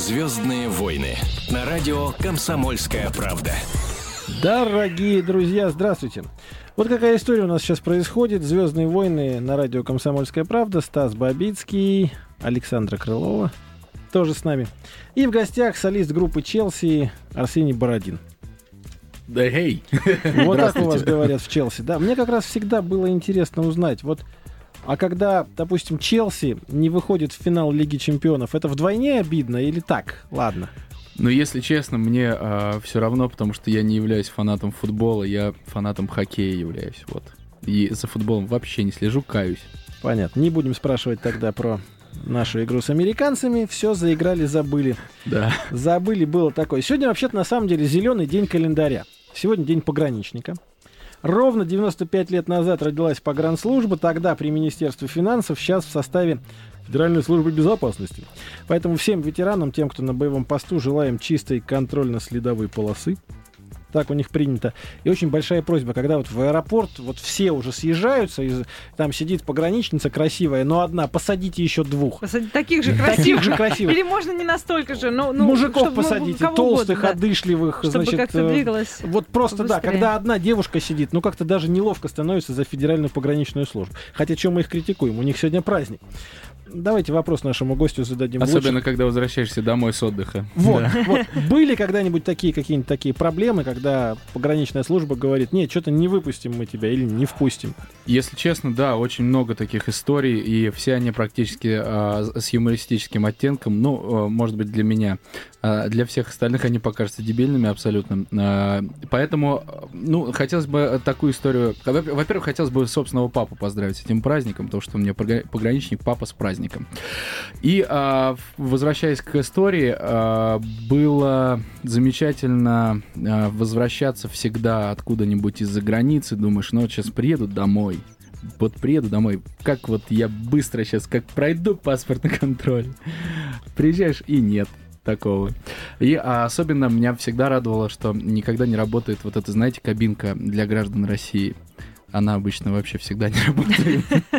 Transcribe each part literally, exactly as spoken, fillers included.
«Звездные войны» на радио «Комсомольская правда». Дорогие друзья, здравствуйте. Вот какая история у нас сейчас происходит. «Звездные войны» на радио «Комсомольская правда». Стас Бабицкий, Александра Крылова тоже с нами. И в гостях солист группы «Челси» Арсений Бородин. Да, эй! Вот так у вас говорят в «Челси». Да, мне как раз всегда было интересно узнать, вот, а когда, допустим, «Челси» не выходит в финал Лиги Чемпионов, это вдвойне обидно или так? Ладно. Ну, если честно, мне э, все равно, потому что я не являюсь фанатом футбола, я фанатом хоккея являюсь, вот. И за футболом вообще не слежу, каюсь. Понятно. Не будем спрашивать тогда про нашу игру с американцами. Все, заиграли, забыли. Да. Забыли, было такое. Сегодня, вообще-то, на самом деле, зеленый день календаря. Сегодня день пограничника. Ровно девяносто пять лет назад родилась погранслужба, тогда при Министерстве финансов, сейчас в составе Федеральной службы безопасности. Поэтому всем ветеранам, тем, кто на боевом посту, желаем чистой контрольно-следовой полосы. Так у них принято. И очень большая просьба, когда вот в аэропорт вот все уже съезжаются, и там сидит пограничница красивая, но одна, посадите еще двух. Посадите таких же красивых. Таких же красивых. Или можно не настолько же. Ну, ну, мужиков посадите, толстых, угодно, одышливых. чтобы Значит, как-то двигалось вот просто, быстрее. Да, когда одна девушка сидит, ну как-то даже неловко становится за Федеральную пограничную службу. Хотя, чем мы их критикуем? У них сегодня праздник. Давайте вопрос нашему гостю зададим. Особенно, лучше. когда возвращаешься домой с отдыха. Вот, да. вот. Были когда-нибудь такие какие-нибудь такие проблемы, когда пограничная служба говорит: нет, что-то не выпустим мы тебя или не впустим? Если честно, да, очень много таких историй, и все они практически а, с юмористическим оттенком. Ну, а, может быть, для меня. А для всех остальных они покажутся дебильными абсолютно. А, поэтому, ну, хотелось бы такую историю... Во-первых, хотелось бы собственного папу поздравить с этим праздником, потому что у меня пограничник, папа с праздником. И, а, возвращаясь к истории, а, было замечательно а, возвращаться всегда откуда-нибудь из-за границы. Думаешь, ну вот сейчас приеду домой. Вот приеду домой, как вот я быстро сейчас, как пройду паспортный контроль. Приезжаешь, и нет такого. И а, особенно меня всегда радовало, что никогда не работает вот эта, знаете, кабинка для граждан России. Она обычно вообще всегда не работает.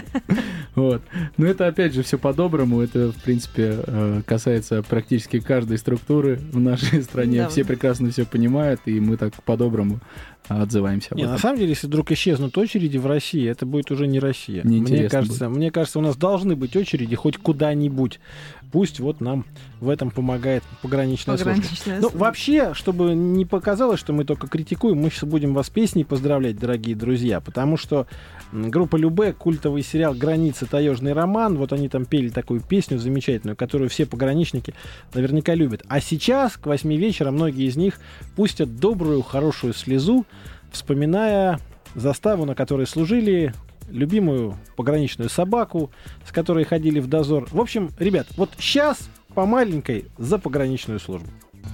Вот. Но это, опять же, все по-доброму. Это, в принципе, касается практически каждой структуры в нашей стране. Да. Все прекрасно все понимают, и мы так по-доброму отзываемся об не, этом. На самом деле, если вдруг исчезнут очереди в России, это будет уже не Россия. Мне кажется, мне кажется, у нас должны быть очереди хоть куда-нибудь. Пусть вот нам в этом помогает пограничная, пограничная служба. служба. Ну, вообще, чтобы не показалось, что мы только критикуем, мы сейчас будем вас песней поздравлять, дорогие друзья, потому что группа Любэ, культовый сериал «Границы. Таежный роман», вот они там пели такую песню замечательную, которую все пограничники наверняка любят. А сейчас, к восьми вечера, многие из них пустят добрую, хорошую слезу, вспоминая заставу, на которой служили, любимую пограничную собаку, с которой ходили в дозор. В общем, ребят, вот сейчас по маленькой за пограничную службу.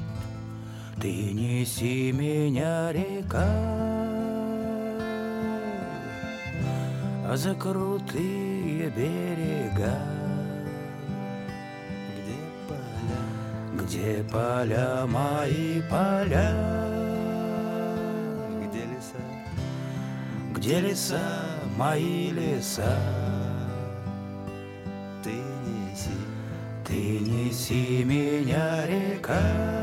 Ты неси меня, река, за крутые берега, где поля, где поля, мои поля, где леса, где леса, мои леса. Ты неси, ты неси меня, река,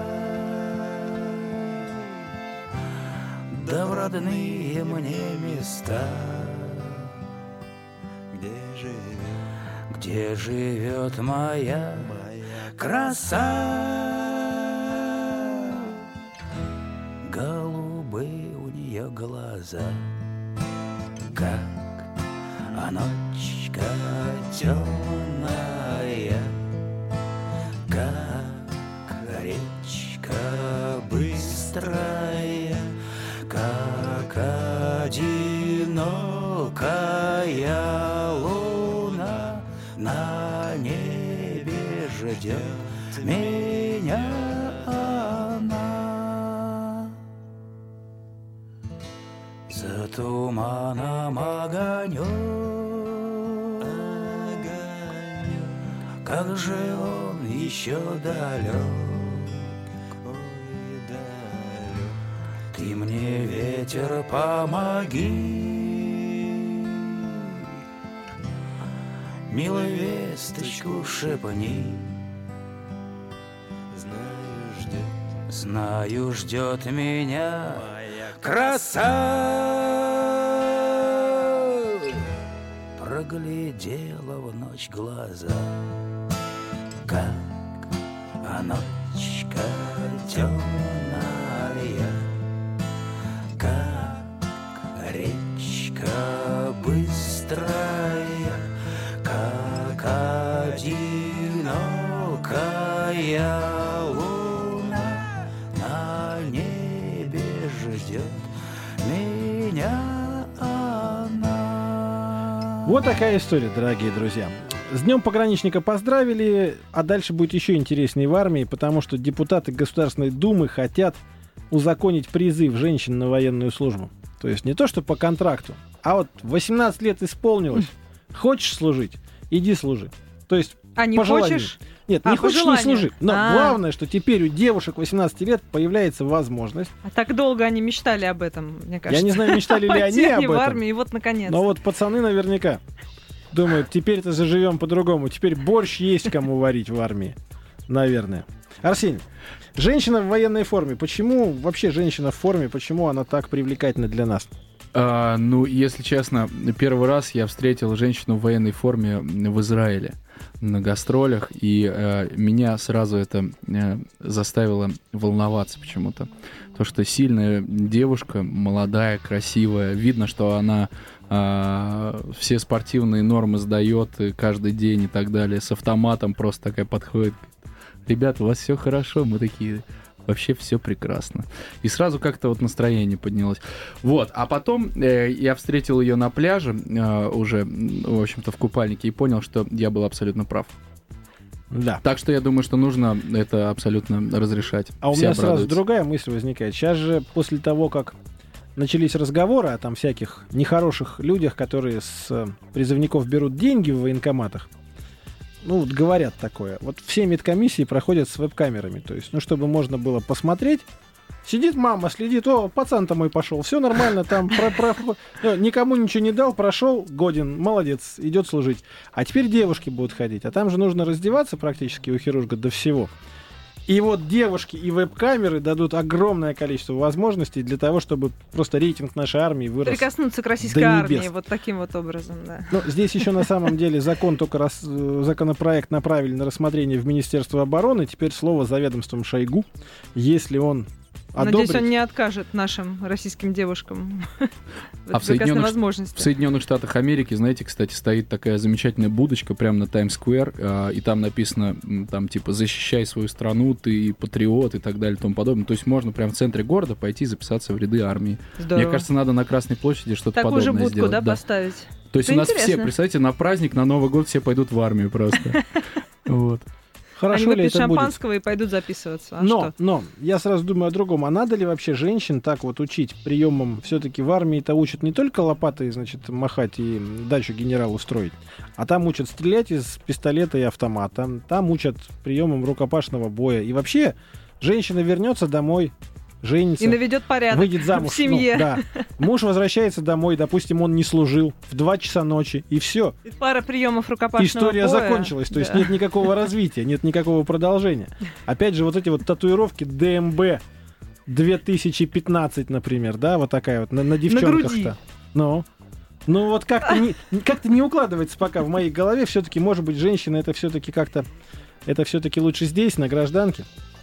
да в родные мне места, где живет, где живет моя, моя краса. Голубые у нее глаза, как а ночка темная, как речка быстрая, как одинокая луна на небе ждет меня она. За туманом огонек, как же он еще далек, ой, далек. Ты мне, ветер, помоги, милую весточку шепни. знаю, ждет меня краса. Проглядела в ночь глаза, как а ночка темная, как речка быстрая, как одинокая луна на небе ждет меня она. Вот такая история, дорогие друзья. С Днем пограничника поздравили, а дальше будет еще интереснее в армии, потому что депутаты Государственной Думы хотят узаконить призыв женщин на военную службу. То есть не то, что по контракту, а вот восемнадцать лет исполнилось, хочешь служить, иди служи. То есть а не по желанию. хочешь? Нет, а, не хочешь, желанию. не служи. Но А-а-а. главное, что теперь у девушек восемнадцати лет появляется возможность. А так долго они мечтали об этом, мне кажется. Я не знаю, мечтали ли они об этом. в армии, и вот наконец. Но вот пацаны наверняка думают, теперь-то заживем по-другому. Теперь борщ есть кому варить в армии. Наверное. Арсений, женщина в военной форме. Почему вообще женщина в форме? Почему она так привлекательна для нас? А, ну, если честно, первый раз я встретил женщину в военной форме в Израиле на гастролях, и э, меня сразу это э, заставило волноваться почему-то. То, что сильная девушка, молодая, красивая, видно, что она э, все спортивные нормы сдает каждый день и так далее, с автоматом просто такая подходит. Ребята, у вас все хорошо, мы такие... Вообще все прекрасно. И сразу как-то вот настроение поднялось. Вот. А потом э, я встретил ее на пляже э, уже, в общем-то, в купальнике и понял, что я был абсолютно прав. Да. Так что я думаю, что нужно это абсолютно разрешать. А у Все меня обрадуются. сразу другая мысль возникает. Сейчас же после того, как начались разговоры о там всяких нехороших людях, которые с призывников берут деньги в военкоматах, ну, вот говорят такое. Вот все медкомиссии проходят с веб-камерами. То есть, ну, чтобы можно было посмотреть. Сидит мама, следит. О, пацан-то мой пошел. Все нормально, там про, про, ну, никому ничего не дал, прошел, годен, молодец, идет служить. А теперь девушки будут ходить. А там же нужно раздеваться практически у хирурга до всего. И вот девушки и веб-камеры дадут огромное количество возможностей для того, чтобы просто рейтинг нашей армии вырос. Прикоснуться к российской армии вот таким вот образом, да. Ну, здесь еще на самом деле закон только раз, законопроект направили на рассмотрение в Министерство обороны. Теперь слово за ведомством Шойгу. Если он одобрит... Надеюсь, он не откажет нашим российским девушкам а в Соединенных, в Соединенных Штатах Америки, знаете, кстати, стоит такая замечательная будочка прямо на Таймс-сквер, э, и там написано, там типа «Защищай свою страну, ты патриот» и так далее и тому подобное. То есть можно прямо в центре города пойти записаться в ряды армии. Здорово. Мне кажется, надо на Красной площади что-то Такую подобное же будку, сделать. да, да, поставить? То есть это у нас интересно. все, представьте, на праздник, на Новый год все пойдут в армию просто. Вот. Хорошо Они ли выпьют это будет? шампанского и пойдут записываться. А но, что? но, я сразу думаю о другом. А надо ли вообще женщин так вот учить приемам? Все-таки в армии-то учат не только лопатой, значит, махать и дачу генералу строить, а там учат стрелять из пистолета и автомата. Там учат приемам рукопашного боя. И вообще, женщина вернется домой, женится, И наведет порядок выйдет замуж. в семье. Ну, да. Муж возвращается домой, допустим, он не служил в два часа ночи, и все. Пара приемов рукопашного История боя. закончилась, то Да. есть нет никакого развития, нет никакого продолжения. Опять же, вот эти вот татуировки ДМБ две тысячи пятнадцать, например, да, вот такая вот на, на девчонках-то. Ну, ну вот как-то не, как-то не укладывается пока в моей голове. Все-таки, может быть, женщина это все-таки как-то, это все-таки лучше здесь, на гражданке.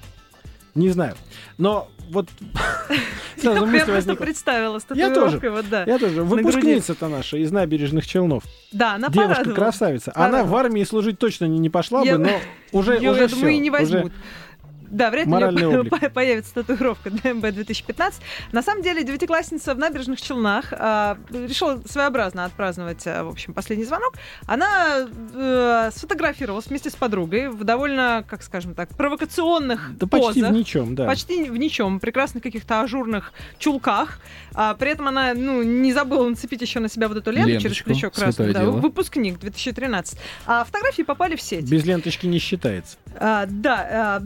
Не знаю. Но вот сразу Я мысль просто возникла. представила с Я тоже. татуировкой. Вот, да. Я тоже. груди. Выпускница-то наша из набережных Челнов. Да, она Девушка порадовала. красавица. Она Порадовала. в армии служить точно не, не пошла Я- бы, но уже, Её, уже я всё, думаю, и не уже- возьмут. Да, вряд ли у моральный неё облик. по- появится татуировка ДМБ две тысячи пятнадцать. На самом деле, девятиклассница в Набережных Челнах а, решила своеобразно отпраздновать, а, в общем, последний звонок. Она э, сфотографировалась вместе с подругой в довольно, как скажем так, провокационных Да почти позах. в ничем, да. Почти в ничем, прекрасных каких-то ажурных чулках. А, при этом она ну, не забыла нацепить еще на себя вот эту ленту через Ленточку, плечо красную. святое Да, дело. выпускник две тысячи тринадцать. А фотографии попали в сеть. Без ленточки не считается. А, да, а, как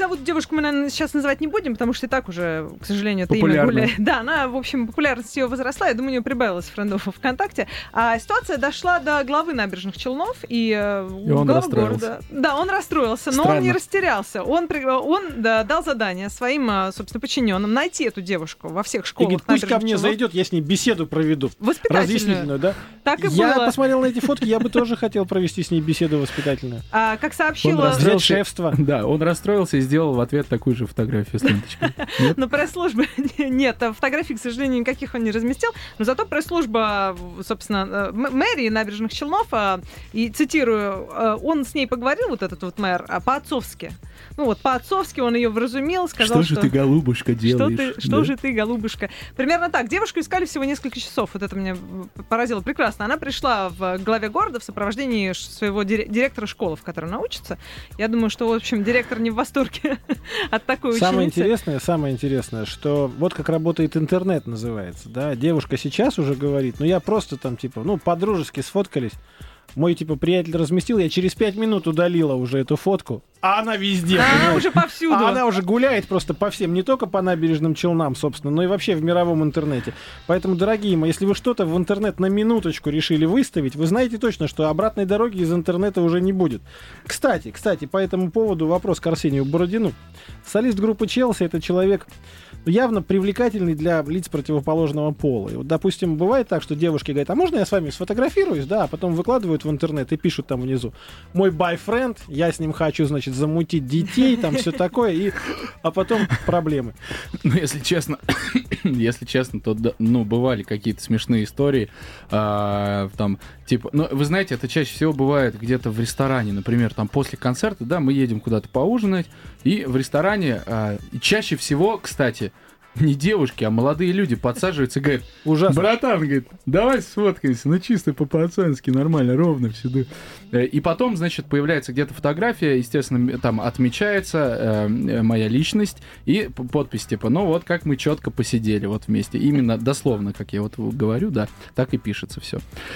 зовут девушку, мы, наверное, сейчас называть не будем, потому что и так уже, к сожалению, это имя гуляет. Да, она, в общем, популярность ее возросла. Я думаю, у нее прибавилось френдов ВКонтакте. А ситуация дошла до главы Набережных Челнов и, и он главы города. Да, он расстроился, но Странно. он не растерялся. Он, он да, дал задание своим, собственно, подчиненным найти эту девушку во всех школах. И говорит, пусть ко мне зайдет, я с ней беседу проведу. Воспитательную. Да? Так и я было. посмотрел на эти фотки, я бы тоже хотел провести с ней беседу воспитательную. А, как сообщила... Шефство. Да, он расстроился и сделал в ответ такую же фотографию с ленточкой. Но пресс-служба... Нет, фотографий, к сожалению, никаких он не разместил. Но зато пресс-служба, собственно, мэрии Набережных Челнов, и цитирую, он с ней поговорил, вот этот вот мэр, по-отцовски. Ну вот, по-отцовски он ее вразумил, сказал, что... Что же ты, голубушка, делаешь? Что, ты, что да? же ты, голубушка? Примерно так. Девушку искали всего несколько часов. Вот это меня поразило прекрасно. Она пришла в главе города в сопровождении своего директора школы, в которой она учится. Я думаю, что, в общем, директор не в восторге от такой ученицы. Самое интересное, самое интересное, что вот как работает интернет, называется, да. Девушка сейчас уже говорит, ну я просто там, типа, ну, по-дружески сфоткались. Мой, типа, приятель разместил, я через пять минут удалила уже эту фотку. А она везде. А она уже повсюду. А она уже гуляет просто по всем, не только по Набережным Челнам, собственно, но и вообще в мировом интернете. Поэтому, дорогие мои, если вы что-то в интернет на минуточку решили выставить, вы знаете точно, что обратной дороги из интернета уже не будет. Кстати, кстати, по этому поводу вопрос к Арсению Бородину. Солист группы «Челси» — это человек явно привлекательный для лиц противоположного пола. И вот, допустим, бывает так, что девушки говорят, а можно я с вами сфотографируюсь, да, а потом выкладывают в интернет и пишут там внизу, мой байфренд, я с ним хочу, значит, замутить детей, там все такое, и... а потом проблемы. Ну, если честно, если честно, то, ну, бывали какие-то смешные истории, а, там, типа, ну, вы знаете, это чаще всего бывает где-то в ресторане, например, там, после концерта, да, мы едем куда-то поужинать, и в ресторане, а, чаще всего, кстати, не девушки, а молодые люди подсаживаются и говорят, ужасно, братан, говорит, давай сфоткаемся, ну чисто по-пацански, нормально, ровно всюду. И потом, значит, появляется где-то фотография, естественно, там отмечается э, моя личность и подпись типа, ну вот как мы четко посидели вот вместе. Именно дословно, как я вот говорю, да, так и пишется все.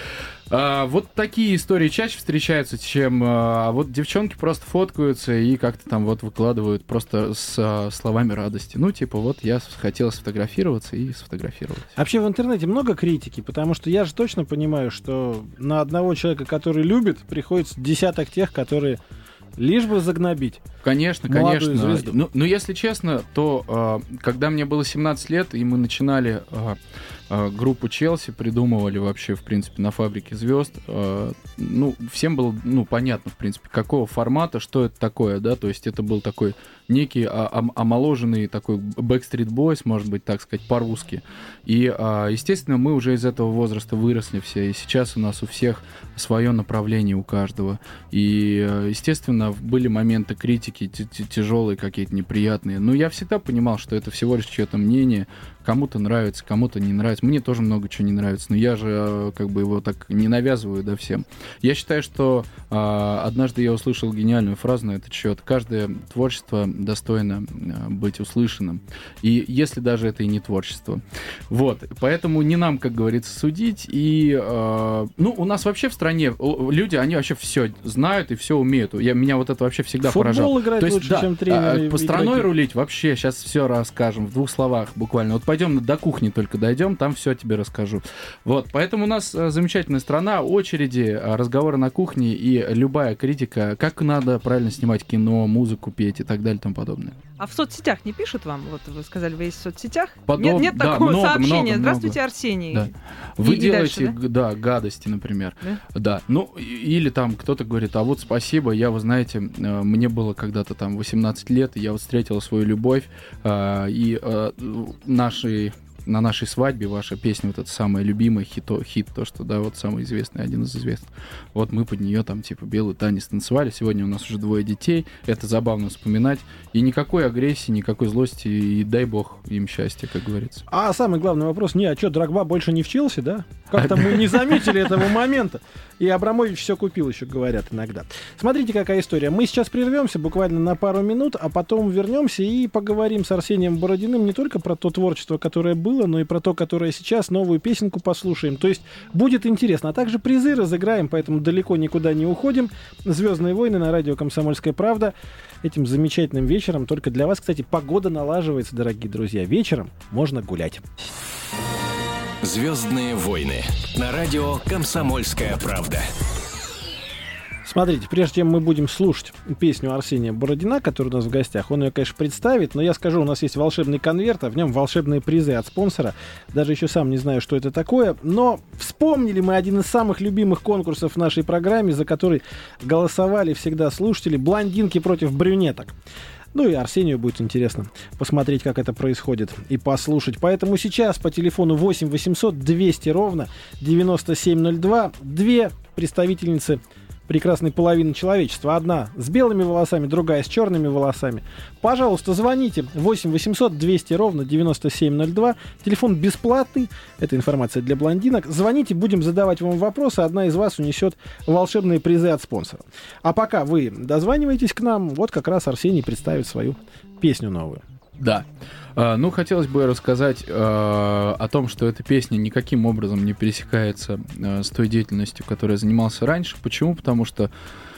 А, вот такие истории чаще встречаются, чем а, вот девчонки просто фоткаются и как-то там вот выкладывают просто с а, словами радости. Ну, типа, вот я хотел сфотографироваться и сфотографировалась. Вообще в интернете много критики, потому что я же точно понимаю, что на одного человека, который любит, приходится десяток тех, которые лишь бы загнобить. Конечно, конечно. Ну, но если честно, то э, когда мне было семнадцать лет, и мы начинали э, э, группу «Челси», придумывали вообще, в принципе, на «Фабрике звезд», э, ну, всем было, ну, понятно, в принципе, какого формата, что это такое, да, то есть это был такой некий а, а, омоложенный такой Backstreet Boys, может быть, так сказать, по-русски. И, э, естественно, мы уже из этого возраста выросли все, и сейчас у нас у всех свое направление у каждого. И, э, естественно, были моменты критики, тяжелые какие-то, неприятные. Но я всегда понимал, что это всего лишь чье-то мнение. Кому-то нравится, кому-то не нравится. Мне тоже много чего не нравится, но я же как бы его так не навязываю, да, всем. Я считаю, что э, однажды я услышал гениальную фразу на этот счет. Каждое творчество достойно э, быть услышанным. И если даже это и не творчество. Вот. Поэтому не нам, как говорится, судить. И, э, ну, у нас вообще в стране люди, они вообще все знают и все умеют. Я, меня вот это вообще всегда Футбол поражало. Футбол играть То есть, лучше, да, чем тренеры. По страной рулить вообще, сейчас все расскажем в двух словах буквально. Вот пойдем до кухни только дойдем, там все тебе расскажу. Вот, поэтому у нас замечательная страна, очереди, разговоры на кухне и любая критика, как надо правильно снимать кино, музыку петь и так далее и тому подобное. А в соцсетях не пишут вам? Вот вы сказали, вы есть в соцсетях? Подоб... Нет, нет да, такого много, сообщения. много, Здравствуйте, много. Арсений. Да. Вы и, делаете, и дальше, да? да, гадости, например. Да? Да. Ну, или там кто-то говорит, а вот спасибо, я, вы знаете, мне было когда-то там восемнадцать лет, и я вот встретила свою любовь, и наши... на нашей свадьбе ваша песня, вот эта самая любимая, хит, хит, то, что, да, вот самый известный, один из известных. Вот мы под нее там, типа, белый танец танцевали. Сегодня у нас уже двое детей. Это забавно вспоминать. И никакой агрессии, никакой злости, и дай бог им счастья, как говорится. А самый главный вопрос, не, а что, Дрогба больше не в Челси, да? Как-то мы не заметили этого момента. И Абрамович все купил, еще говорят иногда. Смотрите, какая история. Мы сейчас прервемся буквально на пару минут, а потом вернемся и поговорим с Арсением Бородиным не только про то творчество, которое было, но и про то, которое сейчас, новую песенку послушаем. То есть будет интересно. А также призы разыграем, поэтому далеко никуда не уходим. «Звездные войны» на радио «Комсомольская правда». этим замечательным вечером. Только для вас, кстати, погода налаживается, дорогие друзья. Вечером можно гулять. «Звездные войны» на радио «Комсомольская правда». Смотрите, прежде чем мы будем слушать песню Арсения Бородина, который у нас в гостях, он ее, конечно, представит, но я скажу, у нас есть волшебный конверт, а в нем волшебные призы от спонсора. Даже еще сам не знаю, что это такое, но вспомнили мы один из самых любимых конкурсов в нашей программе, за который голосовали всегда слушатели, «Блондинки против брюнеток». Ну и Арсению будет интересно посмотреть, как это происходит, и послушать. Поэтому сейчас по телефону восемь восемьсот двести ровно девяносто семь ноль два две представительницы прекрасной половины человечества. Одна с белыми волосами, другая с черными волосами. Пожалуйста, звоните восемь восемьсот двести ровно девяносто семь ноль два. Телефон бесплатный. Это информация для блондинок. Звоните, будем задавать вам вопросы. Одна из вас унесет волшебные призы от спонсора. А пока вы дозваниваетесь к нам, вот как раз Арсений представит свою песню новую. Да. Uh, ну, хотелось бы рассказать uh, о том, что эта песня никаким образом не пересекается uh, с той деятельностью, которой я занимался раньше. Почему? Потому что,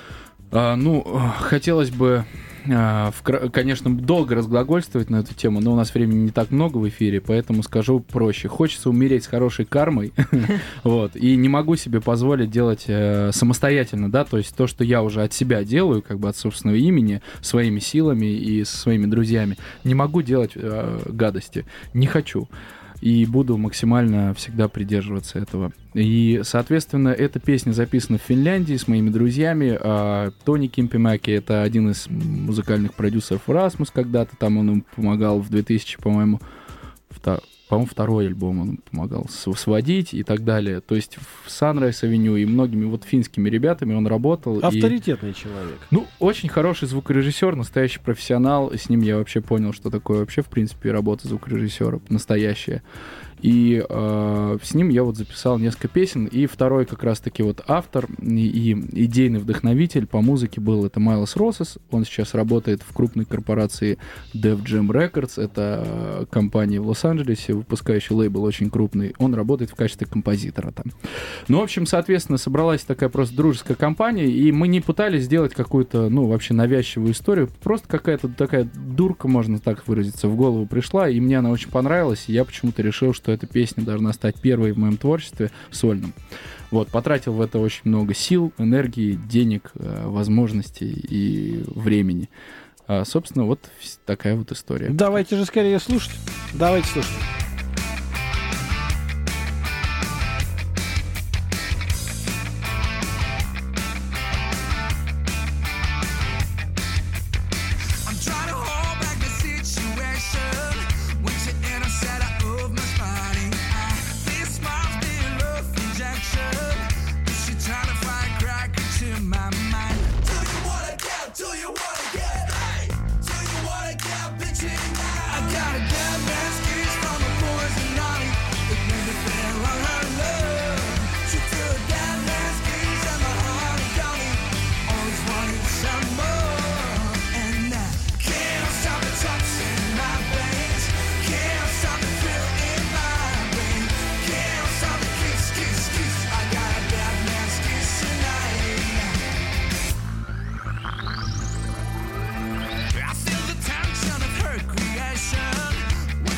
uh, ну, хотелось бы, uh, в, конечно, долго разглагольствовать на эту тему, но у нас времени не так много в эфире, поэтому скажу проще. Хочется умереть с хорошей кармой, вот, и не могу себе позволить делать uh, самостоятельно, да, то есть то, что я уже от себя делаю, как бы от собственного имени, своими силами и со своими друзьями, не могу делать uh, гадости, не хочу. И буду максимально всегда придерживаться этого. И, соответственно, эта песня записана в Финляндии с моими друзьями. А Тони Кимпимаки — это один из музыкальных продюсеров Erasmus когда-то. Там он им помогал в две тысячи, по-моему, втор... по-моему, второй альбом он помогал сводить и так далее. То есть в Sunrise Avenue и многими вот финскими ребятами он работал. Авторитетный и... человек. Ну, очень хороший звукорежиссер, настоящий профессионал. С ним я вообще понял, что такое вообще, в принципе, работа звукорежиссера настоящая. И э, с ним я вот записал несколько песен. И второй как раз-таки вот автор и, и идейный вдохновитель по музыке был это Майлз Россес. Он сейчас работает в крупной корпорации Def Jam Records. Это компания в Лос-Анджелесе, выпускающий лейбл очень крупный. Он работает в качестве композитора там. Ну, в общем, соответственно, собралась такая просто дружеская компания, и мы не пытались сделать какую-то, ну, вообще навязчивую историю. Просто какая-то такая дурка, можно так выразиться, в голову пришла, и мне она очень понравилась, и я почему-то решил, что эта песня должна стать первой в моем творчестве сольным. Вот, потратил в это очень много сил, энергии, денег, возможностей и времени. А, собственно, вот такая вот история. Давайте же скорее слушать. Давайте слушать. I feel the tension of her creation.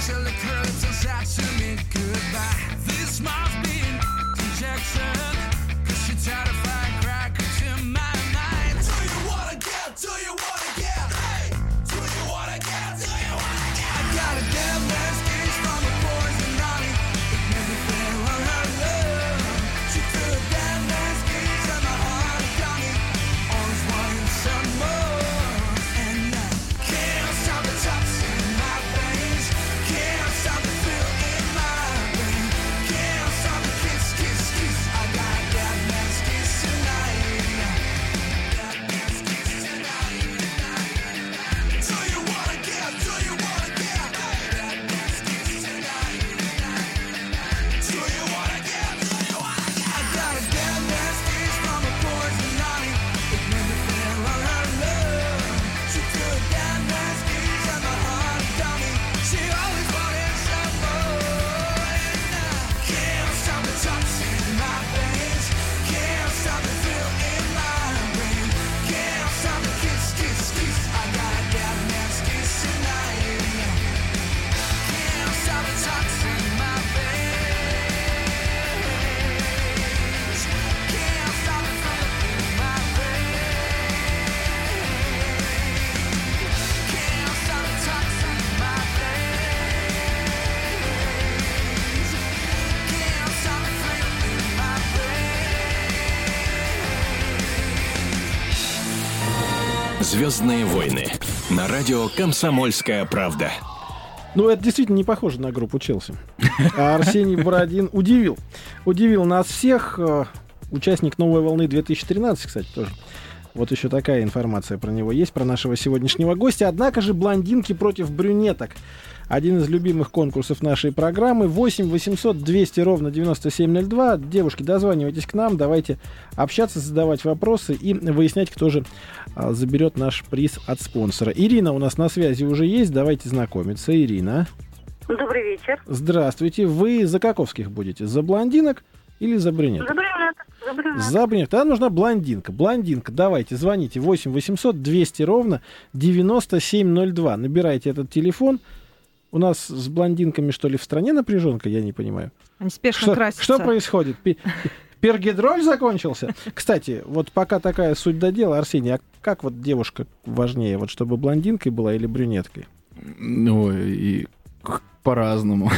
«Звездные войны» на радио «Комсомольская правда». Ну, это действительно не похоже на группу Челси. А Арсений Бородин удивил. Удивил нас всех. Участник «Новой волны» две тысячи тринадцать, кстати, тоже. Вот еще такая информация про него есть, про нашего сегодняшнего гостя. Однако же блондинки против брюнеток. Один из любимых конкурсов нашей программы. восемь восемьсот двести ровно девяносто семь ноль два. Девушки, дозванивайтесь к нам. Давайте общаться, задавать вопросы и выяснять, кто же а, заберет наш приз от спонсора. Ирина у нас на связи уже есть. Давайте знакомиться. Ирина. Добрый вечер. Здравствуйте. Вы за каковских будете? За блондинок или за брюнеток? За брюнеток. За брюнеток. За брюнеток. Тогда нужна блондинка. Блондинка. Давайте, звоните. восемь восемьсот двести ровно девяносто семь ноль два. Набирайте этот телефон. У нас с блондинками, что ли, в стране напряженка? Я не понимаю. Они спешно что, красятся. Что происходит? Пергидроль закончился? Кстати, вот пока такая суть до дела, Арсений, а как вот девушка важнее? Вот чтобы блондинкой была или брюнеткой? Ой, и по-разному.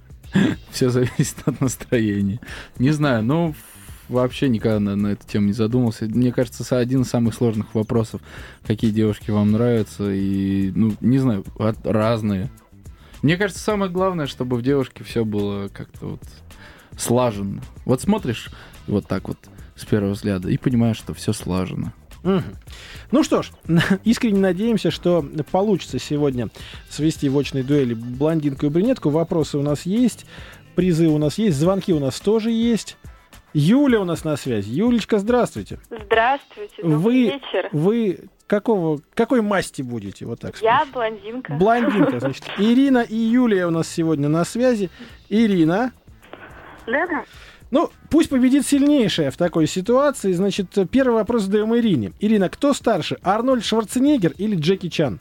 Все зависит от настроения. Не знаю, но вообще никогда на, на эту тему не задумывался. Мне кажется, один из самых сложных вопросов, какие девушки вам нравятся, и, ну, не знаю, от, разные. Мне кажется, самое главное, чтобы в девушке все было как-то вот слаженно. Вот смотришь вот так вот с первого взгляда и понимаешь, что все слажено. Угу. Ну что ж, искренне надеемся, что получится сегодня свести в очной дуэли блондинку и брюнетку. Вопросы у нас есть, призы у нас есть, звонки у нас тоже есть. Юля у нас на связи. Юлечка, здравствуйте. Здравствуйте, добрый вы, вечер. Вы какого, какой масти будете? Вот так Я сказать. блондинка. Блондинка, значит. Ирина и Юлия у нас сегодня на связи. Ирина. Да-да. Ну, пусть победит сильнейшая в такой ситуации. Значит, первый вопрос задаем Ирине. Ирина, кто старше, Арнольд Шварценеггер или Джеки Чан?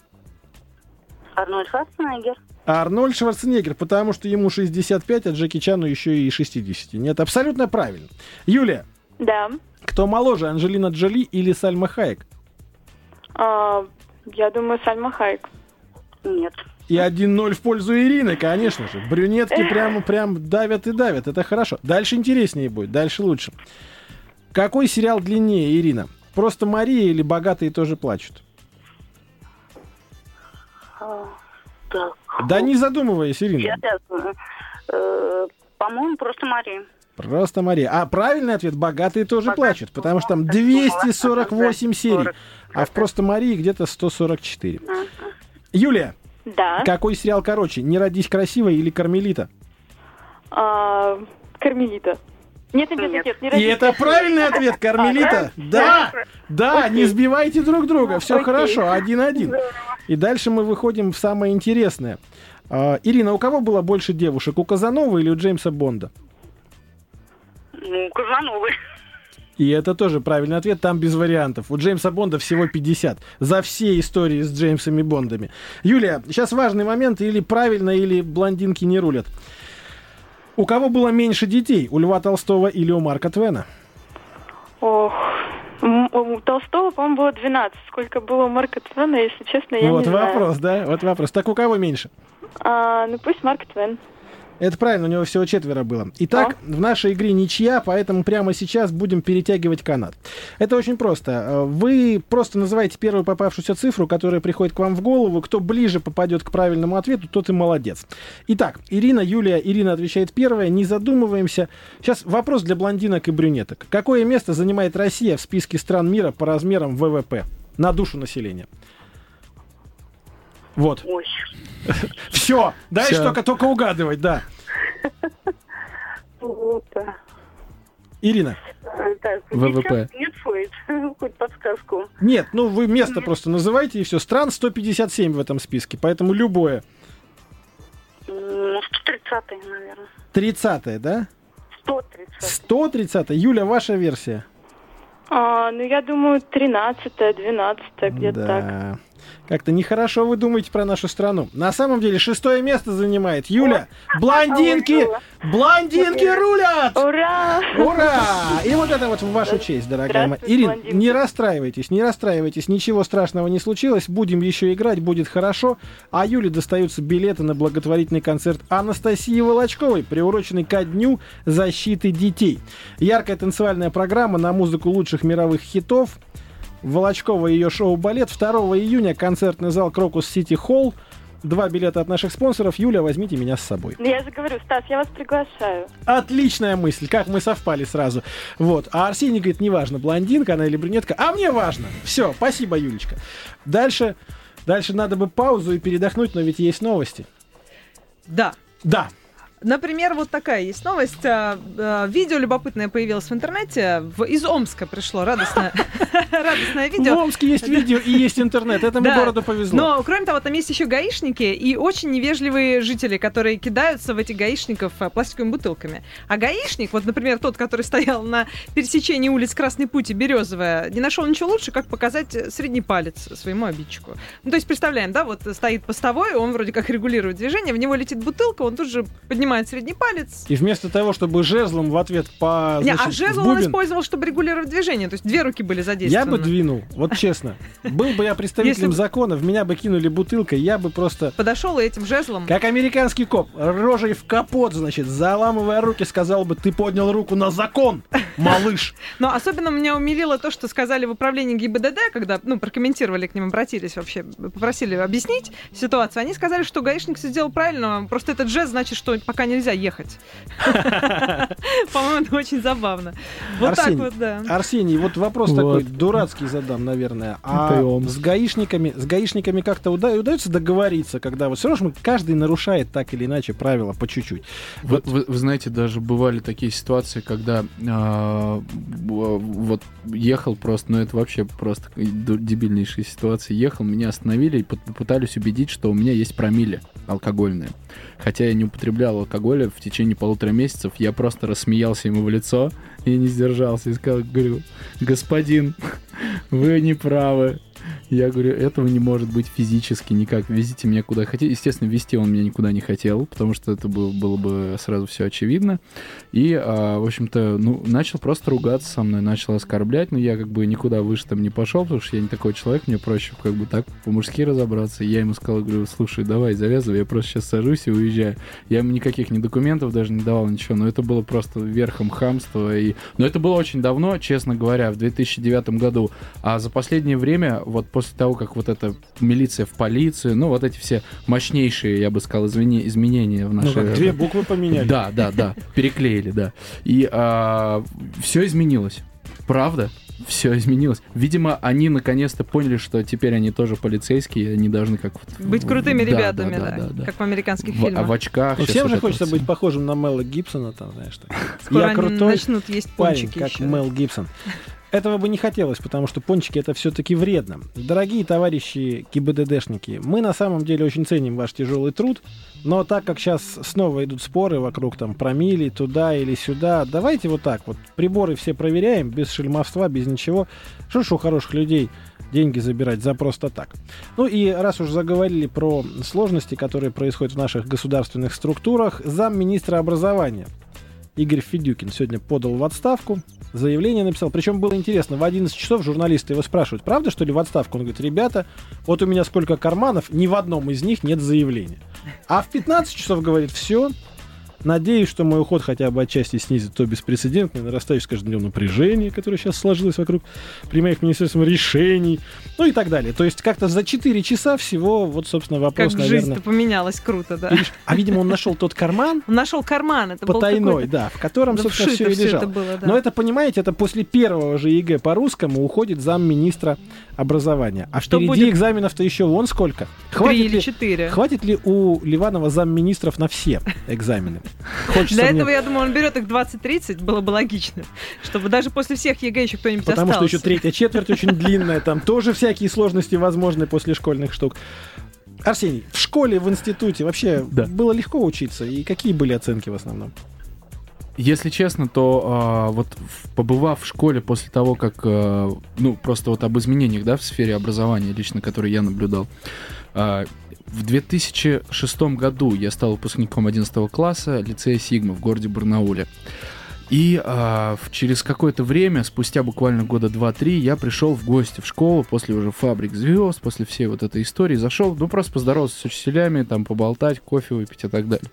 Арнольд Шварценеггер. Арнольд Шварценеггер, потому что ему шестьдесят пять, а Джеки Чану еще и шестьдесят. Нет, абсолютно правильно. Юлия. Да. Кто моложе, Анджелина Джоли или Сальма Хайек? А, я думаю, Сальма Хайек. Нет. И один ноль в пользу Ирины, конечно же. Брюнетки прямо прям давят и давят. Это хорошо. Дальше интереснее будет, дальше лучше. Какой сериал длиннее, Ирина? «Просто Мария» или «Богатые тоже плачут»? А, так. Да не задумываясь, Ирина. Я, я, э, по-моему, «Просто Мария». Просто Мария. А правильный ответ — «Богатые тоже плачут», потому что там двести сорок восемь серий, а в «Просто Марии» где-то сто сорок четыре. Юлия. Да. Какой сериал короче? «Не родись красивой» или «Кармелита»? А, Кармелита. Нет, нет, нет, нет, не И это правильный ответ, «Кармелита». Да, да, не сбивайте друг друга, все хорошо, один-один. И дальше мы выходим в самое интересное. Ирина, у кого было больше девушек, у Казанова или у Джеймса Бонда? Ну, Казановой. И это тоже правильный ответ, там без вариантов. У Джеймса Бонда всего пятьдесят. За все истории с Джеймсами Бондами. Юлия, сейчас важный момент. Или правильно, или блондинки не рулят. У кого было меньше детей? У Льва Толстого или у Марка Твена? Ох, у Толстого, по-моему, было двенадцать. Сколько было у Марка Твена, если честно, я вот не знаю. Вот вопрос, да? Вот вопрос. Так у кого меньше? А, ну пусть Марк Твен. Это правильно, у него всего четверо было. Итак, а? в нашей игре ничья, поэтому прямо сейчас будем перетягивать канат. Это очень просто. Вы просто называете первую попавшуюся цифру, которая приходит к вам в голову. Кто ближе попадет к правильному ответу, тот и молодец. Итак, Ирина, Юлия. Ирина отвечает первая. Не задумываемся. Сейчас вопрос для блондинок и брюнеток. Какое место занимает Россия в списке стран мира по размерам вэ вэ пэ на душу населения? Вот. Ой. Все. Дальше только, только угадывать, да. Ирина. Так, вэ вэ пэ. Нет, хоть подсказку. Нет, ну вы место Нет. просто называйте, и все. Стран сто пятьдесят семь в этом списке, поэтому любое. Ну, сто тридцатое, наверное. тридцатое, да? сто тридцатое. сто тридцатое. Юля, ваша версия? А, ну, я думаю, тринадцатое, двенадцатое, где-то да. так. Как-то нехорошо вы думаете про нашу страну. На самом деле шестое место занимает Юля. Блондинки! Блондинки рулят! Ура! Ура! И вот это вот в вашу честь, дорогая моя. Ирина, не расстраивайтесь, не расстраивайтесь. Ничего страшного не случилось. Будем еще играть, будет хорошо. А Юле достаются билеты на благотворительный концерт Анастасии Волочковой, приуроченный ко Дню защиты детей. Яркая танцевальная программа на музыку лучших мировых хитов. Волочкова и ее шоу «Балет». второго июня концертный зал «Крокус Сити Холл». Два билета от наших спонсоров. Юля, возьмите меня с собой. Я же говорю, Стас, я вас приглашаю. Отличная мысль, как мы совпали сразу. Вот. А Арсений говорит, неважно, блондинка она или брюнетка. А мне важно. Все, спасибо, Юлечка. Дальше, дальше надо бы паузу и передохнуть, но ведь есть новости. Да. Да. Например, вот такая есть новость. Видео любопытное появилось в интернете. Из Омска пришло радостное, радостное видео. В Омске есть видео и есть интернет. Этому да. городу повезло. Но, кроме того, там есть еще гаишники и очень невежливые жители, которые кидаются в этих гаишников пластиковыми бутылками. А гаишник, вот, например, тот, который стоял на пересечении улиц Красный Путь и Березовая, не нашел ничего лучше, как показать средний палец своему обидчику. Ну, то есть, представляем, да, вот стоит постовой, он вроде как регулирует движение, в него летит бутылка, он тут же поднимает средний палец. И вместо того, чтобы жезлом в ответ по... Не, значит, а жезл он использовал, чтобы регулировать движение. То есть две руки были задействованы. Я бы двинул, вот честно. Был бы я представителем Если... закона, в меня бы кинули бутылкой, я бы просто... Подошел и этим жезлом... Как американский коп, рожей в капот, значит, заламывая руки, сказал бы, ты поднял руку на закон, малыш. Но особенно меня умилило то, что сказали в управлении ГИБДД, когда, ну, прокомментировали, к ним обратились вообще, попросили объяснить ситуацию. Они сказали, что гаишник все сделал правильно, просто этот жест значит, что пока нельзя ехать. По-моему, это очень забавно. Вот так вот, да. Арсений, вот вопрос такой дурацкий задам, наверное. А с гаишниками, с гаишниками как-то удается договориться, когда вот все равно каждый нарушает так или иначе правила по чуть-чуть. Вы, вы, вы знаете, даже бывали такие ситуации, когда э, вот ехал просто, ну это вообще просто дебильнейшая ситуация. Ехал, меня остановили и попытались убедить, что у меня есть промилле алкогольные. Хотя я не употреблял алкоголя в течение полутора месяцев, я просто рассмеялся ему в лицо и не сдержался. И сказал, говорю, господин, вы не правы. Я говорю, этого не может быть физически никак. Везите меня куда хотите. Естественно, везти он меня никуда не хотел, потому что это было, было бы сразу все очевидно. И, а, в общем-то, ну, начал просто ругаться со мной, начал оскорблять, но я как бы никуда выше там не пошел, потому что я не такой человек, мне проще как бы так по-мужски разобраться. И я ему сказал, говорю, слушай, давай, завязывай, я просто сейчас сажусь и уезжаю. Я ему никаких ни документов даже не давал, ничего, но это было просто верхом хамства. И... Но это было очень давно, честно говоря, в две тысячи девятом году. А за последнее время, вот после После того, как вот эта милиция в полицию, ну, вот эти все мощнейшие, я бы сказал, извини, изменения в нашей... Ну, как две буквы поменяли. Да, да, да, переклеили, да. И а, все изменилось. Правда? Все изменилось. Видимо, они наконец-то поняли, что теперь они тоже полицейские, и они должны как... Быть крутыми да, ребятами, да, да, да, да, как в американских в, фильмах. А в очках... Ну, всем же вот хочется вот... быть похожим на Мела Гибсона, там, знаешь, так. Скоро я они крутой начнут есть парень, пончики как еще. Мел Гибсон. Этого бы не хотелось, потому что пончики — это все-таки вредно. Дорогие товарищи ГИБДДшники, мы на самом деле очень ценим ваш тяжелый труд, но так как сейчас снова идут споры вокруг там промилле, туда или сюда, давайте вот так вот. Приборы все проверяем, без шельмовства, без ничего. Что ж у хороших людей деньги забирать за просто так. Ну и раз уж заговорили про сложности, которые происходят в наших государственных структурах, замминистра образования Игорь Федюкин сегодня подал в отставку, заявление написал. Причем было интересно, в одиннадцать часов журналисты его спрашивают, правда, что ли, в отставку? Он говорит, ребята, вот у меня сколько карманов, ни в одном из них нет заявления. А в пятнадцать часов говорит, все, надеюсь, что мой уход хотя бы отчасти снизит то беспрецедентное нарастающее с каждым днем напряжение, которое сейчас сложилось вокруг принимаемых министерством решений, ну и так далее. То есть как-то за четыре часа всего, вот, собственно, вопрос, как наверное... Как жизнь-то поменялась круто, да. А, видимо, он нашел тот карман... Он нашел карман, это потайной, да, в котором, да, собственно, все и лежало. Было, да. Но это, понимаете, это после первого же ЕГЭ по русскому уходит замминистра образования. А что впереди будет? Экзаменов-то еще вон сколько. Хватит Три или ли, четыре. Хватит ли у Ливанова замминистров на все экзамены? Хочется Для мне... этого, я думаю, он берет их двадцать-тридцать, было бы логично, чтобы даже после всех ЕГЭ еще кто-нибудь Потому остался. Потому что еще третья четверть очень длинная, там тоже всякие сложности возможны после школьных штук. Арсений, в школе, в институте вообще да. было легко учиться? И какие были оценки в основном? Если честно, то а, вот побывав в школе после того, как, а, ну, просто вот об изменениях, да, в сфере образования лично, которые я наблюдал, а, в две тысячи шестом году я стал выпускником одиннадцатого класса лицея Сигма в городе Барнауле. И а, через какое-то время, спустя буквально года два-три, я пришел в гости в школу после уже «Фабрик звезд», после всей вот этой истории, зашел, ну, просто поздороваться с учителями, там, поболтать, кофе выпить и так далее.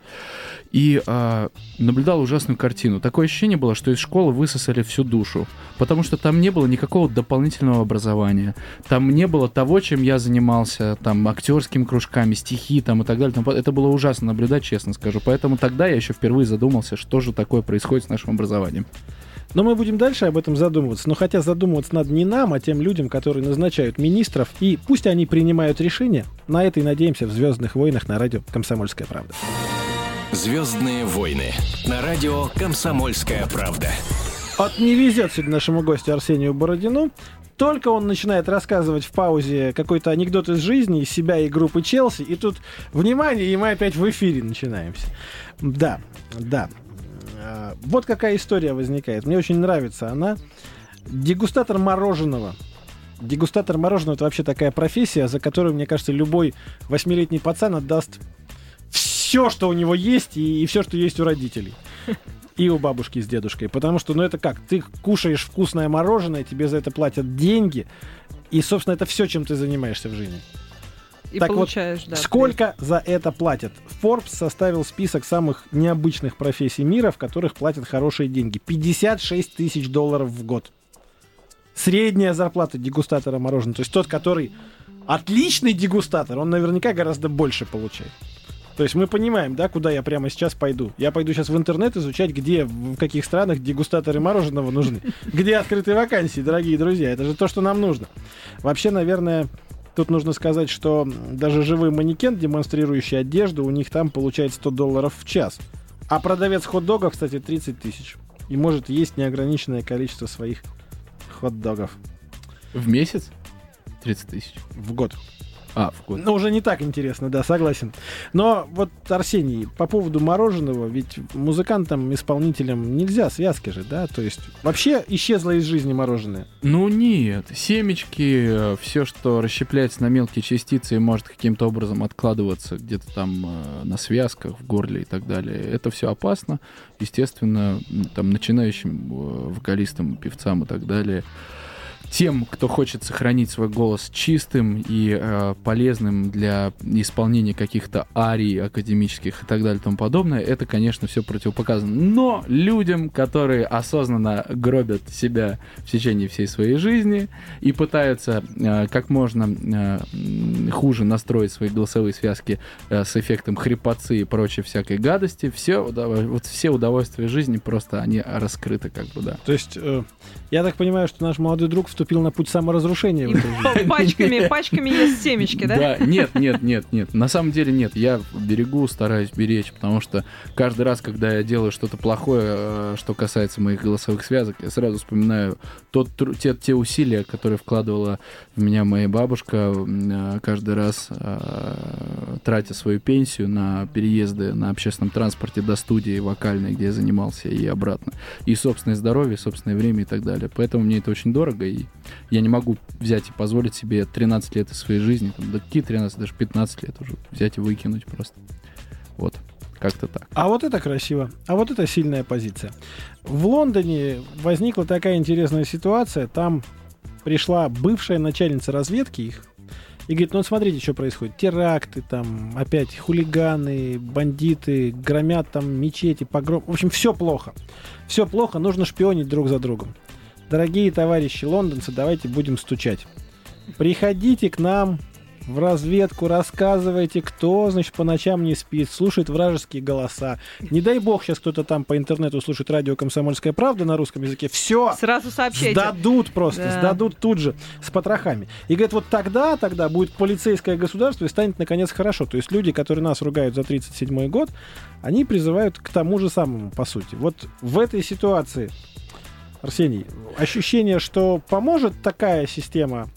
И а, наблюдал ужасную картину. Такое ощущение было, что из школы высосали всю душу, потому что там не было никакого дополнительного образования, там не было того, чем я занимался, там, актерскими кружками, стихи там, и так далее. Там, это было ужасно наблюдать, честно скажу. Поэтому тогда я еще впервые задумался, что же такое происходит с нашим образованием. Но мы будем дальше об этом задумываться. Но хотя задумываться надо не нам, а тем людям, которые назначают министров. И пусть они принимают решения. На это и надеемся в «Звездных войнах» на радио «Комсомольская правда». «Звездные войны» на радио «Комсомольская правда». Вот не везет сегодня нашему гостю Арсению Бородину. Только он начинает рассказывать в паузе какой-то анекдот из жизни, из себя и группы «Челси». И тут, внимание, и мы опять в эфире начинаемся. Да, да. Вот какая история возникает. Мне очень нравится она. Дегустатор мороженого. Дегустатор мороженого — это вообще такая профессия, за которую, мне кажется, любой восьмилетний пацан отдаст все, что у него есть, и, и все, что есть у родителей. И у бабушки с дедушкой. Потому что, ну это как? Ты кушаешь вкусное мороженое, тебе за это платят деньги. И, собственно, это все, чем ты занимаешься в жизни. И так получаешь, вот, да, сколько приз. За это платят? Forbes составил список самых необычных профессий мира, в которых платят хорошие деньги. пятьдесят шесть тысяч долларов в год. Средняя зарплата дегустатора мороженого. То есть тот, который отличный дегустатор, он наверняка гораздо больше получает. То есть мы понимаем, да, куда я прямо сейчас пойду. Я пойду сейчас в интернет изучать, где, в каких странах дегустаторы мороженого нужны. Где открытые вакансии, дорогие друзья. Это же то, что нам нужно. Вообще, наверное... Тут нужно сказать, что даже живой манекен, демонстрирующий одежду, у них там получает сто долларов в час. А продавец хот-догов, кстати, тридцать тысяч. И может есть неограниченное количество своих хот-догов. В месяц? тридцать тысяч. В год. А, в год. Ну, уже не так интересно, да, согласен. Но вот, Арсений, по поводу мороженого, ведь музыкантам, исполнителям нельзя, связки же, да? То есть вообще исчезло из жизни мороженое? Ну нет, семечки, все, что расщепляется на мелкие частицы и может каким-то образом откладываться где-то там э, на связках, в горле и так далее, это все опасно. Естественно, там начинающим э, вокалистам, певцам и так далее. Тем, кто хочет сохранить свой голос чистым и э, полезным для исполнения каких-то арий академических и так далее и тому подобное, это, конечно, все противопоказано. Но людям, которые осознанно гробят себя в течение всей своей жизни и пытаются э, как можно э, хуже настроить свои голосовые связки э, с эффектом хрипотцы и прочей всякой гадости, все, вот все удовольствия жизни просто они раскрыты, как бы, да. То есть, э, я так понимаю, что наш молодой друг вступил на путь саморазрушения в этой жизни. Пачками, пачками ест семечки, да? Да, нет, нет, нет, нет. На самом деле нет. Я берегу, стараюсь беречь, потому что каждый раз, когда я делаю что-то плохое, что касается моих голосовых связок, я сразу вспоминаю тот, те, те усилия, которые вкладывала в меня моя бабушка, каждый раз тратя свою пенсию на переезды на общественном транспорте до студии вокальной, где я занимался, и обратно. И собственное здоровье, собственное время и так далее. Поэтому мне это очень дорого, и я не могу взять и позволить себе тринадцать лет из своей жизни, там, да какие тринадцать, даже пятнадцать лет уже взять и выкинуть просто. Вот, как-то так. А вот это красиво, а вот это сильная позиция. В Лондоне возникла такая интересная ситуация, там пришла бывшая начальница разведки их, и говорит, ну вот смотрите, что происходит. Теракты там, опять хулиганы, бандиты, громят там мечети, погром. В общем, все плохо. Все плохо, нужно шпионить друг за другом. Дорогие товарищи лондонцы, давайте будем стучать. Приходите к нам в разведку, рассказывайте, кто, значит, по ночам не спит, слушает вражеские голоса. Не дай бог, сейчас кто-то там по интернету слушает радио «Комсомольская правда» на русском языке. Все! Сразу сообщайте. Сдадут просто, да. сдадут тут же с потрохами. И говорят, вот тогда, тогда будет полицейское государство и станет, наконец, хорошо. То есть люди, которые нас ругают за тридцать седьмой год, они призывают к тому же самому, по сути. Вот в этой ситуации, Арсений, ощущение, что поможет такая система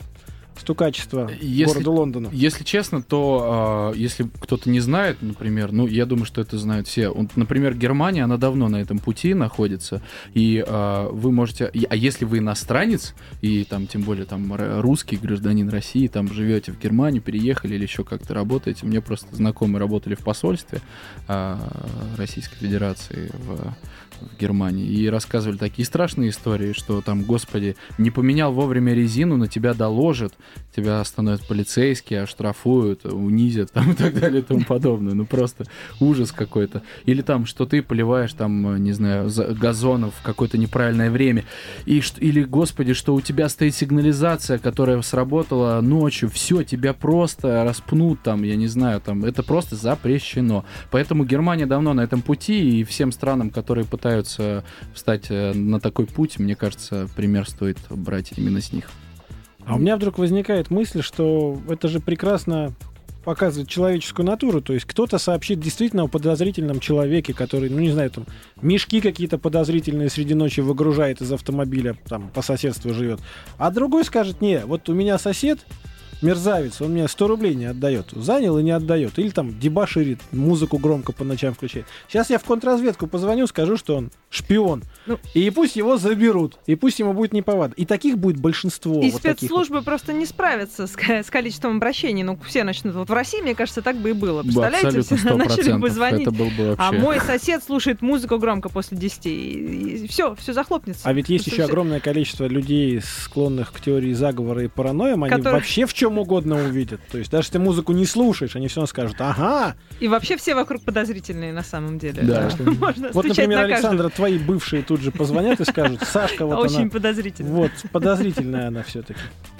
стукачества если, городу Лондону. Если честно, то э, если кто-то не знает, например, ну, я думаю, что это знают все. Вот, например, Германия, она давно на этом пути находится, и э, вы можете... А если вы иностранец, и там, тем более, там, русский гражданин России, там, живете в Германию, переехали или еще как-то работаете, мне просто знакомые работали в посольстве э, Российской Федерации в... в Германии, и рассказывали такие страшные истории, что там, господи, не поменял вовремя резину, на тебя доложат, тебя остановят полицейские, оштрафуют, унизят, там, и так далее, и тому подобное. Ну, просто ужас какой-то. Или там, что ты поливаешь, там, не знаю, газонов в какое-то неправильное время, и, или, господи, что у тебя стоит сигнализация, которая сработала ночью, все, тебя просто распнут, там, я не знаю, там, это просто запрещено. Поэтому Германия давно на этом пути, и всем странам, которые пытаются встать на такой путь, мне кажется, пример стоит брать именно с них. А у меня вдруг возникает мысль, что это же прекрасно показывает человеческую натуру. То есть кто-то сообщит действительно о подозрительном человеке, который, ну не знаю, там мешки какие-то подозрительные среди ночи выгружает из автомобиля, там по соседству живет. А другой скажет: не, вот у меня сосед мерзавец, он мне сто рублей не отдает. Занял и не отдает. Или там дебоширит, музыку громко по ночам включает. Сейчас я в контрразведку позвоню, скажу, что он шпион. Ну, и пусть его заберут. И пусть ему будет неповадно. И таких будет большинство. И вот спецслужбы вот. Просто не справятся с, с количеством обращений. Ну, все начнут. Вот в России, мне кажется, так бы и было. Представляете, все начали бы звонить. Это был бы вообще... А мой сосед слушает музыку громко после десяти. И, и все, все захлопнется. А ведь есть Просто еще все... огромное количество людей, склонных к теории заговора и паранойям. Они Который... вообще в чем угодно увидят. То есть даже если ты музыку не слушаешь, они все равно скажут: ага. И вообще все вокруг подозрительные на самом деле. Да. Можно вот, например, на Александра, твои бывшие тут же позвонят и скажут: Сашка, вот Очень она... подозрительная. Вот, подозрительная она все-таки.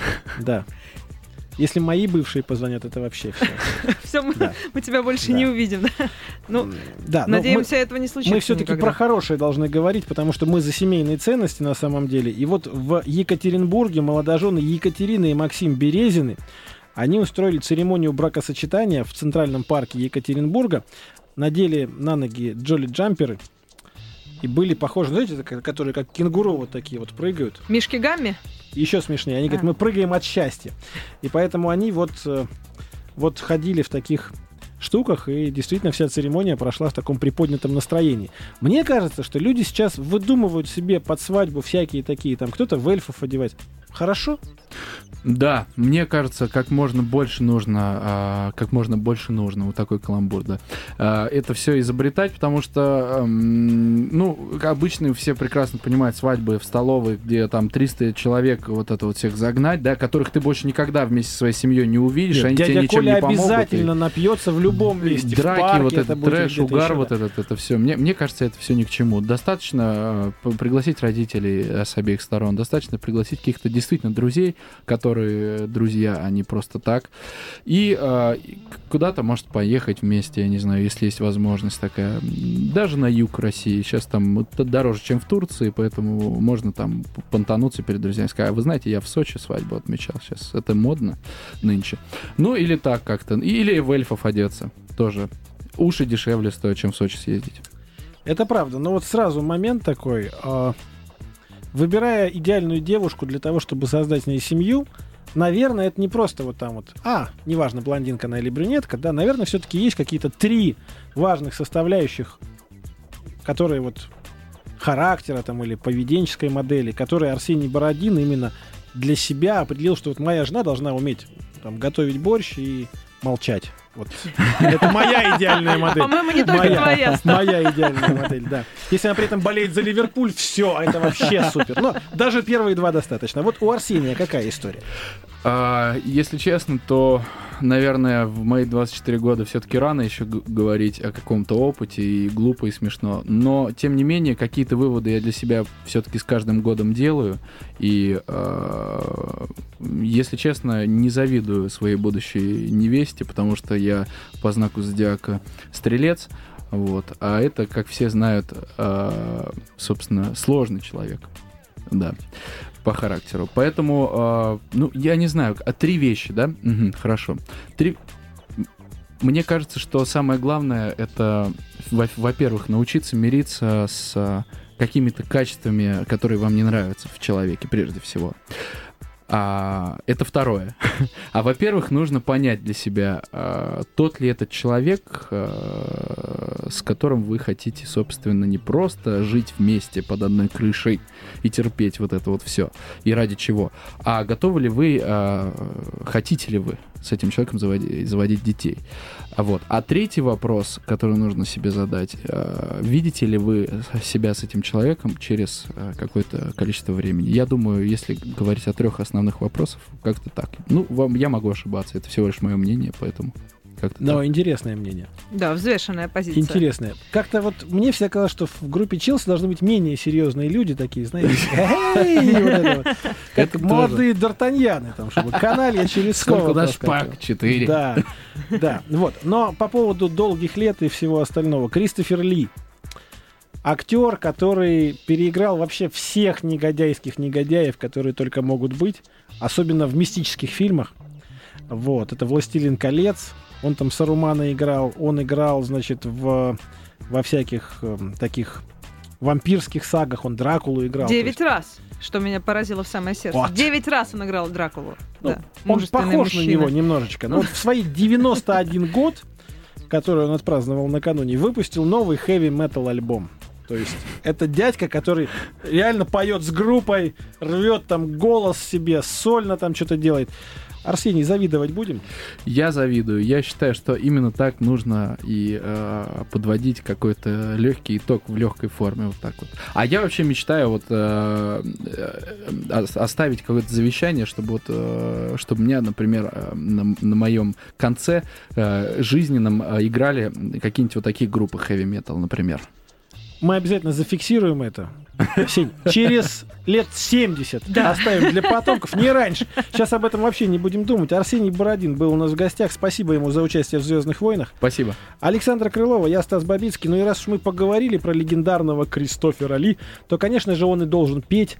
Да. Если мои бывшие позвонят, это вообще все. Все, мы, да. мы тебя больше да. не увидим. Ну, да, надеемся, мы, этого не случится. Мы все-таки никогда. про хорошее должны говорить, потому что мы за семейные ценности на самом деле. И вот в Екатеринбурге молодожены Екатерина и Максим Березины, они устроили церемонию бракосочетания в Центральном парке Екатеринбурга, надели на ноги джоли-джамперы и были похожи, знаете, которые как кенгуру вот такие вот прыгают. Мишки Гамми? Еще смешнее. Они а. говорят: мы прыгаем от счастья. И поэтому они вот, вот ходили в таких штуках, и действительно вся церемония прошла в таком приподнятом настроении. Мне кажется, что люди сейчас выдумывают себе под свадьбу всякие такие, там кто-то в эльфов одевать. Хорошо? Да, мне кажется, как можно больше нужно, а, как можно больше нужно, вот такой каламбур, да, а, это все изобретать, потому что, а, ну, обычно все прекрасно понимают свадьбы в столовой, где там триста человек, вот это вот всех загнать, да, которых ты больше никогда вместе со своей семьей не увидишь, Нет, они тебе ничем Коля не помогут. Обязательно и... напьется в любом месте, драки, в парке, вот это этот трэш, угар, еще, вот да. этот, это все. Мне, мне кажется, это все ни к чему. Достаточно э, пригласить родителей с обеих сторон, достаточно пригласить каких-то действительно друзей, которые друзья, а не просто так. И э, куда-то, может, поехать вместе, я не знаю, если есть возможность такая. Даже на юг России. Сейчас там дороже, чем в Турции, поэтому можно там понтануться перед друзьями. Сказать: а вы знаете, я в Сочи свадьбу отмечал сейчас. Это модно нынче. Ну, или так как-то. Или в эльфов одеться. Тоже. Уши дешевле стоят, чем в Сочи съездить. Это правда. Но вот сразу момент такой... Э... Выбирая идеальную девушку для того, чтобы создать с ней семью, наверное, это не просто вот там вот, а, неважно, блондинка она или брюнетка, да, наверное, все-таки есть какие-то три важных составляющих, которые вот характера там или поведенческой модели, которые Арсений Бородин именно для себя определил, что вот моя жена должна уметь там готовить борщ и молчать. Вот. Это моя идеальная модель. По-моему, не только моя, твоя. Моя идеальная модель, да. Если она при этом болеет за Ливерпуль, все, это вообще супер. Но даже первые два достаточно. Вот у Арсения какая история? А, если честно, то, наверное, в мои двадцать четыре года все-таки рано еще г- говорить о каком-то опыте, и глупо, и смешно. Но, тем не менее, какие-то выводы я для себя все-таки с каждым годом делаю. И, э, если честно, не завидую своей будущей невесте, потому что я по знаку зодиака стрелец. Вот. А это, как все знают, э, собственно, сложный человек. Да. По характеру. Поэтому, э, ну, я не знаю, а три вещи, да? Угу, хорошо. Три... Мне кажется, что самое главное — это, во- во-первых, научиться мириться с какими-то качествами, которые вам не нравятся в человеке, прежде всего. А, это второе. А во-первых, нужно понять для себя, а, тот ли этот человек, а, с которым вы хотите, собственно, не просто жить вместе под одной крышей и терпеть вот это вот все, и ради чего, а готовы ли вы, а, хотите ли вы с этим человеком заводить, заводить детей. А, вот. А третий вопрос, который нужно себе задать, а, видите ли вы себя с этим человеком через а, какое-то количество времени? Я думаю, если говорить о трех основных вопросах, как-то так. Ну, вам, я могу ошибаться, это всего лишь мое мнение, поэтому... Как-то Но так. интересное мнение. Да, взвешенная позиция. Интересное. Как-то вот мне всегда казалось, что в группе Челси должны быть менее серьезные люди такие, знаете, как молодые д'Артаньяны, там, чтобы каналья через слово. Сколько наш пак? Четыре. Да, да. Вот. Но по поводу долгих лет и всего остального. Кристофер Ли. Актер, который переиграл вообще всех негодяйских негодяев, которые только могут быть, особенно в мистических фильмах. Вот. Это «Властелин колец». Он там Сарумана играл, он играл, значит, в, во всяких э, таких вампирских сагах, он Дракулу играл. Девять есть... раз, что меня поразило в самое сердце. Вот. Девять раз он играл Дракулу. Ну, да. Он похож мужчина. на него немножечко. Но вот в свои девяносто один год, который он отпраздновал накануне, выпустил новый хэви-метал альбом. То есть это дядька, который реально поет с группой, рвет там голос себе, сольно там что-то делает. Арсений, завидовать будем? Я завидую. Я считаю, что именно так нужно и э, подводить какой-то легкий итог в легкой форме. Вот так вот. А я вообще мечтаю вот э, э, оставить какое-то завещание, чтобы вот, э, чтобы меня, например, э, на, на моем конце э, жизненном э, играли какие-нибудь вот такие группы хэви-метал, например. Мы обязательно зафиксируем это. Сень, через лет семьдесят да. оставим для потомков, не раньше. Сейчас об этом вообще не будем думать. Арсений Бородин был у нас в гостях. Спасибо ему за участие в «Звездных войнах». Спасибо. Александра Крылова, я Стас Бабицкий. Ну и раз уж мы поговорили про легендарного Кристофера Ли, то, конечно же, он и должен петь